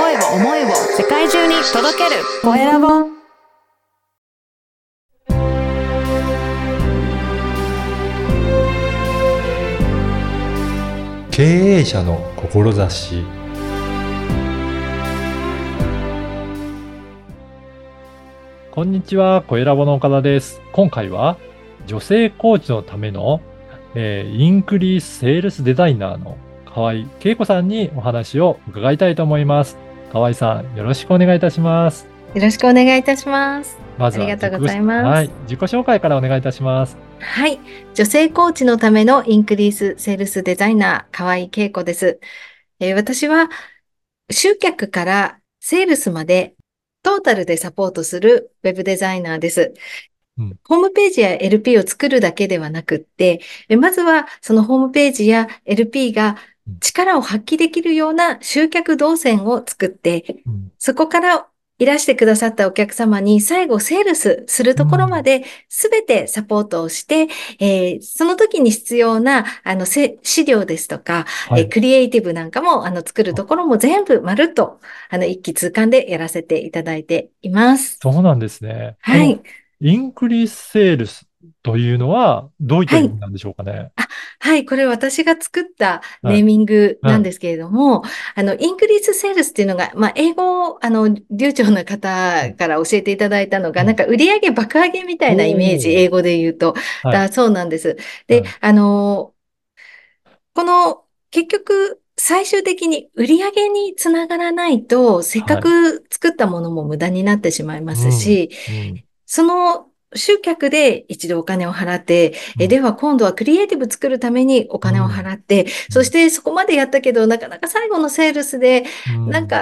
声を、思いを世界中に届けるコエラボ。 経営者の志。こんにちは、コエラボの岡田です。今回は女性コーチのための、インクリースセールスデザイナーの河合恵子さんにお話を伺いたいと思います。河合さん、よろしくお願いいたします。 よろしくお願いいたします。 まずはありがとうございます。 はい、自己紹介からお願いいたします。 はい。女性コーチのためのインクリースセールスデザイナー、河合恵子です。私は集客からセールスまでトータルでサポートするウェブデザイナーです。ホームページや LP を作るだけではなくって、まずはそのホームページや LP が力を発揮できるような集客動線を作って、そこからいらしてくださったお客様に最後セールスするところまで全てサポートをして、その時に必要な資料ですとか、 はい、 クリエイティブなんかも作るところも全部まるっと一気通貫でやらせていただいています。 そうなんですね。 はい。 インクリースセールスというのはどういったはい。 意味なんでしょうかね。 はい、これ私が作ったはい。 ネーミングうん。 なんですけれども、インクリースセールスっていうのが、英語を、流暢な方から教えていただいたのが、なんうん。 か売上爆上げみたいなイメージ、 おー。 英語で言うと、 はい。 そうなんです。で、 はい。 この、結局、最終的に売上につながらないと、せっかはい。 く作ったものも無駄になってしまいまうん。 すし、 うん。 その集客で一度お金を払って、 うん。 では今度はクリエイティブ作るためにお金をうん。 払って、 うん。 そしてそこまでやったけど、なかなか最後のセールスで、 うん。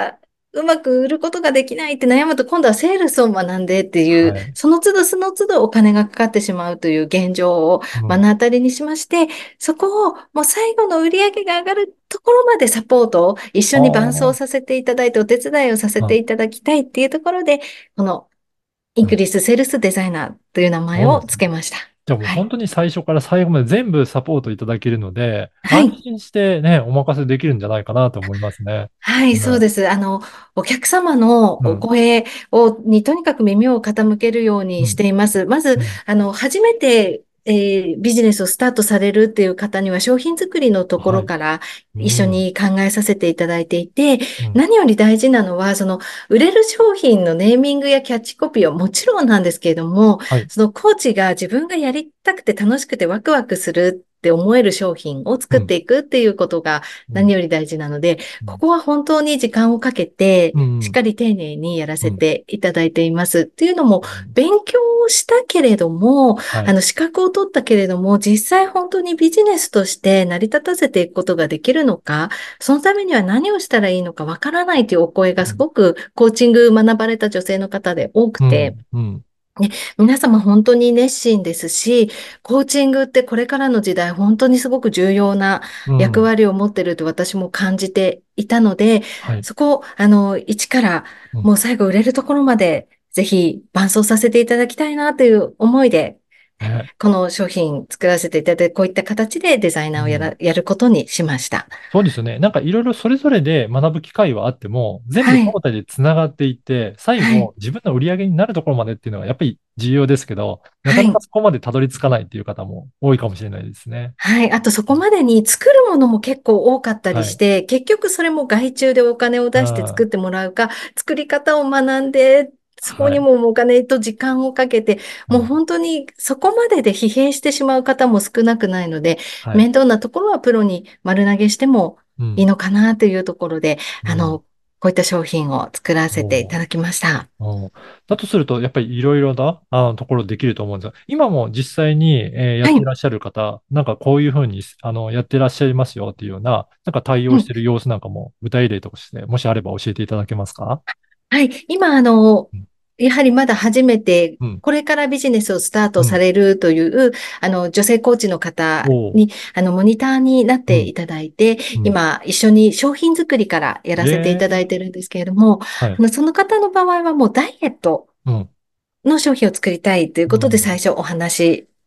なんかうまく売ることができないって悩むと、今度はセールスを学んでっていう、 はい。 その都度その都度お金がかかってしまうという現状を目うん。 の当たりにしまして、そこをもう最後の売り上げが上がるところまでサポートを一緒あに伴走あ。 させていただいて、お手伝いをさせうん。 ていただきたいっていうところで、このイうん。 ンクリスセールスデザイナーという名前をそうですね。 つけました。 じゃあもうはい。 本当に最初から最後まで全部サポートいただけるので、安はい。 心してね、お任せできるんじゃないかなと思いますね。 はい、そうね。 です。お客様のおうん。 声にとにかく耳を傾けるようにしうん。 ています。まず、 うん。 初めて、ビジネスをスタートされるっていう方には商品作りのとこはい。 ろから一緒うん。 に考えさせていただいていて、 うん。 何より大事なのは、売れる商品のネーミングやキャッチコピーはもちろんなんですけれども、 はい。 そのコーチが自分がやりたくて楽しくてワクワクするって思える商品をうん。 作っていくっていうことがうん。 何より大事なので、 うん。 ここは本当に時間をかけて、 うん。 しっかり丁寧にやらうん。 せていただいています。っていうのも、 うん。 勉強をしたけれども、 はい。 資格を取ったけれども、実際本当にビジネスとして成り立たせていくことができるのか、そのためには何をしたらいいのかわからないというお声がうん。 すごくコーチング学ばれた女性の方で多くて、 うん。うん。 ね、皆様本当に熱心ですし、コーチングってこれからの時代本当にすごく重要な役うん。 割を持ってると私も感じていたので、 はい。 そこを、一からうん。 もう最後売れるところまでぜひ伴走させていただきたいなという思いで、 ね。 この商品作らせていただいて、こういった形でデザイナーをうん。 やることにしました。 そうですよね。なんかいろいろそれぞれで学ぶ機会はあっても、全部はい。 トータルでつながっていって、最はい。 後自分の売り上げになるところまでっていうのはやっぱり重要ですけど、なかはい。 なかそこまでたどり着かないっていう方も多いかもしれないですね。 はい。あとそこまでに作るものも結構多かったりはい。 して、結局それも外注でお金を出して作っあてもらうか、作り方を学んで、そこはい。 にもお金と時間をかけて、もううん。 本当にそこまでで疲弊してしまう方も少なくないので、 はい。 面倒なところはプロに丸投げしてもうん。 いいのかなというところで、 うん。 こういった商品を作らせていおー。 ただきました。 おー。だとすると、やっぱりいろいろなところできると思うんですが、今も実際に、やっはい。 てらっしゃる方、なんかこういうふうにやってらっしゃいますよっていうような、なんか対応しうん。 てる様子なんかも具体例として、もしあれば教えていただけますか？ はい。今、 うん。 やはりまだ初めて、 うん。 これからビジネスをスタートさうん。 れるという、女性コーチの方おー。 に、モニターになっうん。 ていただいて、 うん。 今、一緒に商品作りからやらせていただいええ。 てるんですけれども、 はい。 その方の場合はもうダイエットうん。 の商品を作りたいということでうん。 最初お話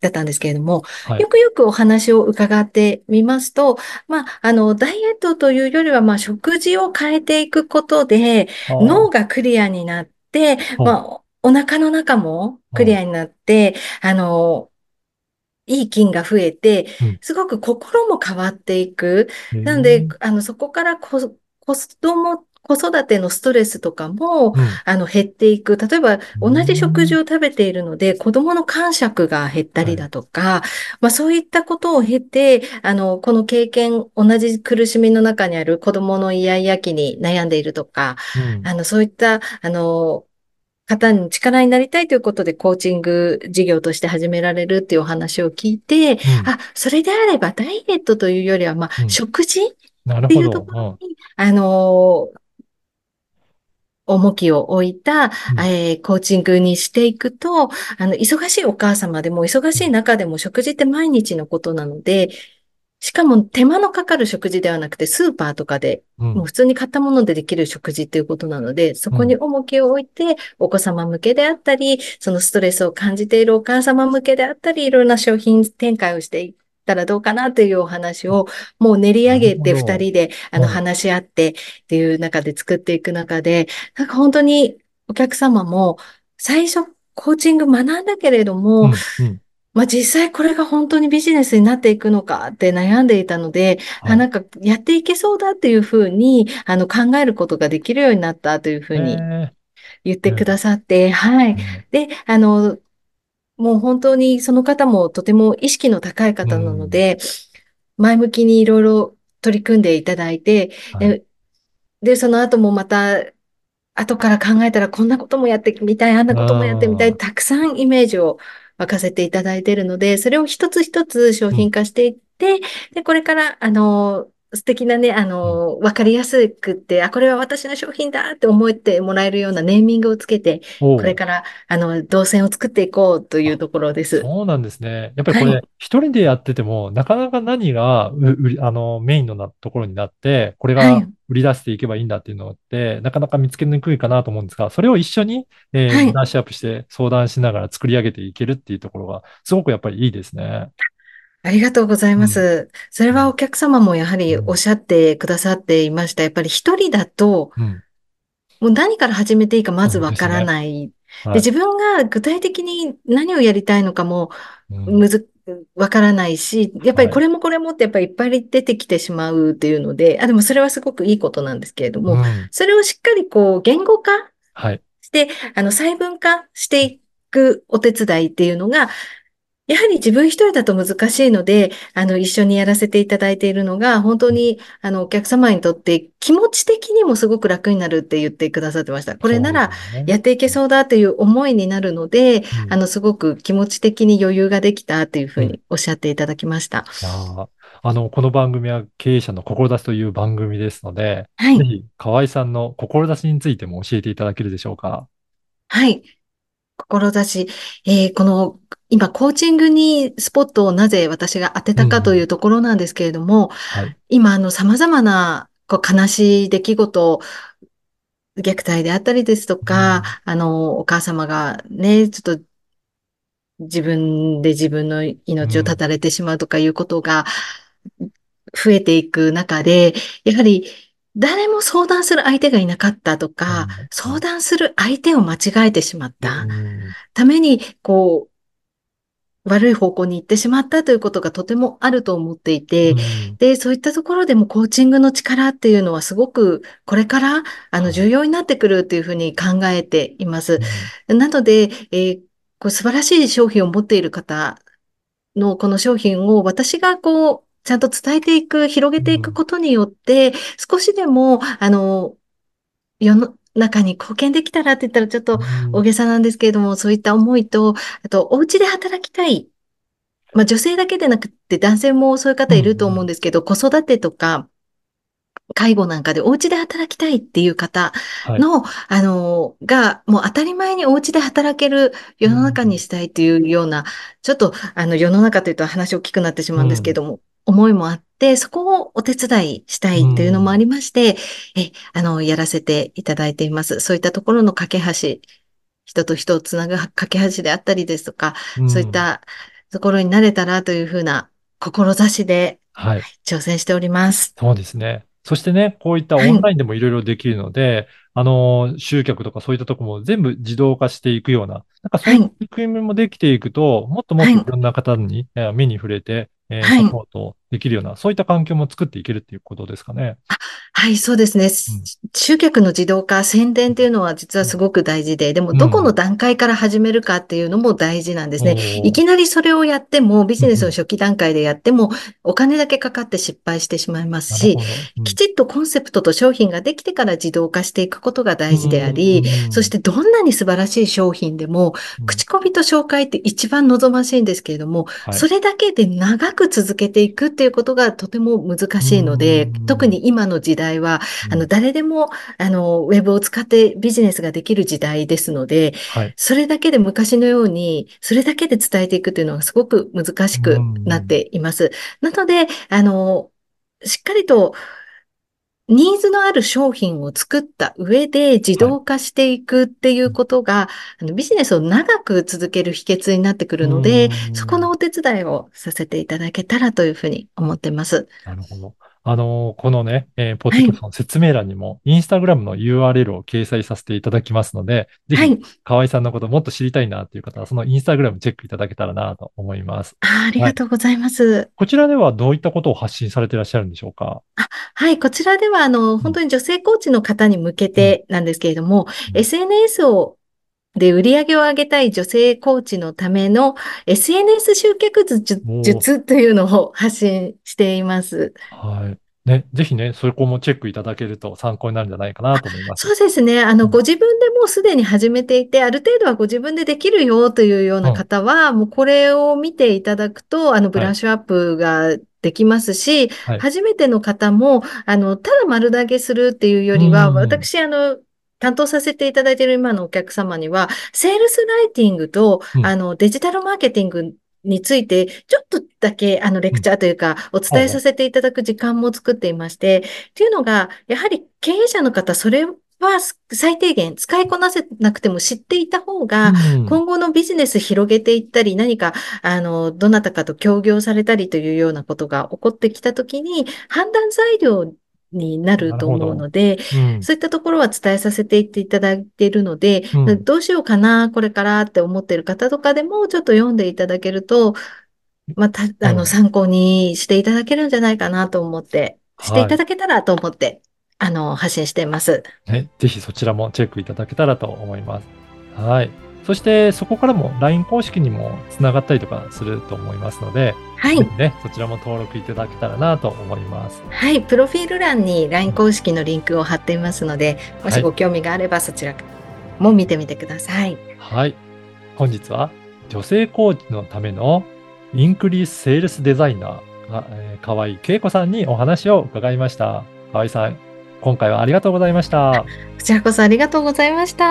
だったんですけれども、 はい。 よくよくお話を伺ってみますと、ダイエットというよりは、食事を変えていくことで、 ああ、 脳がクリアになって、 うん、 お腹の中もクリアになって、いい菌が増えて、 うん、 すごく心も変わっていく。 えなので、 え、 そこから子育てのストレスとかも、 うん、 減っていく。例えば、 う同じ食事ん、 を食べているので、子供の間食が減ったはい。 りだとか、そういったことを経て、この経験、同じ苦しみの中にある子供のイヤイヤ期に悩んでいるとか、 うん、 そういった、方に力になりたいということでコーチング事業として始められるっていうお話を聞いて、 うん、 それであればダイエットというよりは、 うん。 食事っていうとなるほど。 ころに、重きを置いた、 うん、うん、 コーチングにしていくと、忙しいお母様でも、忙しい中でも食事って毎日のことなので、しかも手間のかかる食事ではなくて、スーパーとかで、 うん、 もう普通に買ったものでできる食事っていうことなので、そこにうん。 重きを置いて、お子様向けであったり、そのストレスを感じているお母様向けであったり、いろんな商品展開をしていったらどうかなというお話あ、 を、もう練りなる上げて二ほど。 人で、 うん、 話し合ってっていう中で作っていく中で、なんか本当にお客様も、最初、コーチング学んだけれども、 うん、うん。 実際これが本当にビジネスになっていくのかって悩んでいたので、 はい。 なんかやっていけそうだっていうふうに、考えることができるようになったというふうにえ言ってくだうん、 さって、はい。 うん、 で、もう本当にその方もとても意識の高いう方なのん。 で、前向きにいろいろ取り組んでいただいて、 はい。 で、その後もまた後から考えたらこんなこともやってみたい、あんなうこともやってみたい、 ん、 たくさんイメージを沸かせていただいているので、それを一つ一つ商うん、 品化していって、で、これから、素敵なね、 うん。 わかりやすくって、これは私の商品だって思ってもらえるようなネーミングをつけて、こおう。 れから、動線を作っていこうというあ、 ところです。 そうなんですね。やっぱりはい。 これ、一人でやってても、なかなか何がメインのところになって、これがはい。 売り出していけばいいんだっていうのって、なかなか見つけにくいかなと思うんですが、それを一緒に、 はい。 ブラッシュアップして相談しながら作り上げていけるっていうところが、すごくやっぱりいいですね。 ありがとうございうん。 ます。それはお客様もやはりおっうん。 しゃってくださっていました。やっぱり一人だと、 うん。 もう何から始めていいかまずそうわからですね。 ない。で、 はい。 自分が具体的に何をやりたいのかもうん。 むず、わからないし、やっぱりはい。 これもこれもってやっぱりいっぱい出てきてしまうっていうので、でもそれはすごくいいことなんですけれども、 うん。 それをしっかりこう言語化はい。 して、細分化していくお手伝いっていうのが、やはり自分一人だと難しいので、一緒にやらせていただいているのが、本当うん。 に、お客様にとって気持ち的にもすごく楽になるって言ってくださってました。これなそうですらね。 やっていけそうだという思いになるので、 うん。 すごく気持ち的に余裕ができたというふうん。 うにおっしゃっていただきました。 いやーこの番組は経営者の志という番組ですので、 はい。 ぜひ河合さんの志についても教えていただけるでしょうか。 はい。志。この、今、コーチングにスポットをなぜ私が当てうんうたかといん。 うところなんですけれども、 はい。 今、様々な、悲しい出来事、虐待であったりですとか、 うん。 お母様がね、ちょっと自分で自分の命を絶うん。 たれてしまうとかいうことが増えていく中で、やはり誰も相談する相手がいなかったとか、相談する相手を間違えてしまっうたん。 ために、悪い方向に行ってしまったということがとてもあると思っていて、 うん。 で、そういったところでもコーチングの力っていうのはすごくこれから重はい。 要になってくるっていうふうに考えています。 うん。 なので、素晴らしい商品を持っている方のこの商品を私がちゃんと伝えていく、広げていくうん。 ことによって、少しでも、世の中に貢献できたらって言ったらちょっとうん。 大げさなんですけれども、そういった思いと、あと、お家で働きたい。女性だけでなくて男性もそういううん。 方いると思うんうん。 ですけど、子育てとか介護なんかでお家で働きたいっていう方はい。 の、がもう当たり前にお家で働ける世の中にうん。 したいっていうような、ちょっと世の中というと話大きくなってしまうんですけれうん。 ども、思いもあって、そこをお手伝いしたういというのもあん。 りまして、やらせていただいています。そういったところの架け橋、人と人をつなぐ架け橋であったりですとか、 うん。 そういったところになれたらというふうな志ではい。 挑戦しております。 そうですね。そしてね、こういったはい。 オンラインでもいろいろできるので、集客とかそういったところも全部自動化していくような、なんかそういったはい。 取り組みもできていくと、もっともっはい。 といろんな方に目に触れて、サはい。 ポートできるような、そういった環境も作っていけるっていうことですかね。 はい、そうですね。 うん。 集客の自動化、宣伝っていうのは実はすごく大事で、でもどこのうん。 段階から始めるかっていうのも大事なんですね。いおー。 きなりそれをやっても、ビジネスのうんうん。 初期段階でやっても、お金だけかかって失敗してしまいますし、 なるほど。うん。 きちっとコンセプトと商品ができてから自動化していくことがう大事であん。 り、そしうんてどんなに素晴らしい商品でも、 うん。 口コミと紹介って一番望ましいんですけれども、 はい。 それだけで長く続けていくっていうことがとても難うしいので、特ん。 に今の時代は、 うん。 誰でも、ウェブを使ってビジネスができる時代ですので、 はい。 それだけで昔のように、それだけで伝えていくというのがすごく難しうくなっん。 ています。なので、しっかりとニーズのある商品を作った上で自はい。 動化していくっていうことが、ビジネスを長く続ける秘訣になってくうるので、そこのん。 お手伝いをさせていただけたらというふうに思ってます。 なるほど。このね、ポッはい。 ドキャストの説明欄にも、インスタグラムの URL を掲載させていただきますので、ぜひ、 はい。 河合さんのことをもっと知りたいなという方は、そのインスタグラムチェックいただけたらなと思います。 ありがはい。 とうございます。 こちらではどういったことを発信されていらっしゃるんでしょうか？ はい、こちらでは、 うん。 本当に女性コーチの方に向けうん。 てなんですけれども、 うん。 SNS で売り上げを上げたい女性コーチのための SNS 集客おー。 術というのを発信しています。 はい。ね、ぜひね、そこもチェックいただけると参考になるんじゃないかなと思います。 そうですね。 うん。 ご自分でもうすでに始めていて、ある程度はご自分でできるよというようなうん。 方は、もうこれを見ていただくと、ブはい。 ラッシュアップができますし、 はい。 初めての方も、ただ丸投げするっていうようりは、 ん。 私、担当させていただいている今のお客様には、セールスライティングと、 うん。 デジタルマーケティングについて、ちょっとだけ、レうん。 クチャーというか、お伝えさほうほせていただく時間も作っていまして、っていうのが、やはり経営者の方、それは最低限使いこなせなくても知っていた方う。うが、 ん。 今後のビジネス広げていったり、何か、どなたかと協業されたりというようなことが起こってきたときに、判断材料になるなるとほど。 思うので、 うん。 そういったところは伝えさせていただいているので、 うん。 どうしようかな、これからって思っている方とかでも、ちょっと読んでいただけると、また、 うん。 参考にしていただけるんじゃないかなと思って、していはい。 ただけたらと思って、発信しています。 ね、ぜひそちらもチェックいただけたらと思います。はい。そしてそこからも LINE 公式にもつながったりとかすると思いますので、 はい。 ぜひね、そちらも登録いただけたらなと思います。 はい。プロフィール欄に LINE うん。 公式のリンクを貼っていますので、もはい。 しご興味があればそちらも見てみてください。 はい。本日は女性コーチのためのインクリースセールスデザイナーが、河合恵子さんにお話を伺いました。河合さん、今回はありがとうございました。 こちらこそありがとうございました。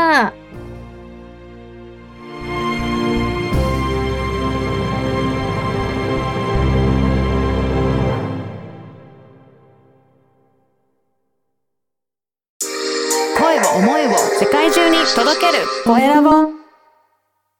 声を思いを世界中に届けるコエラボ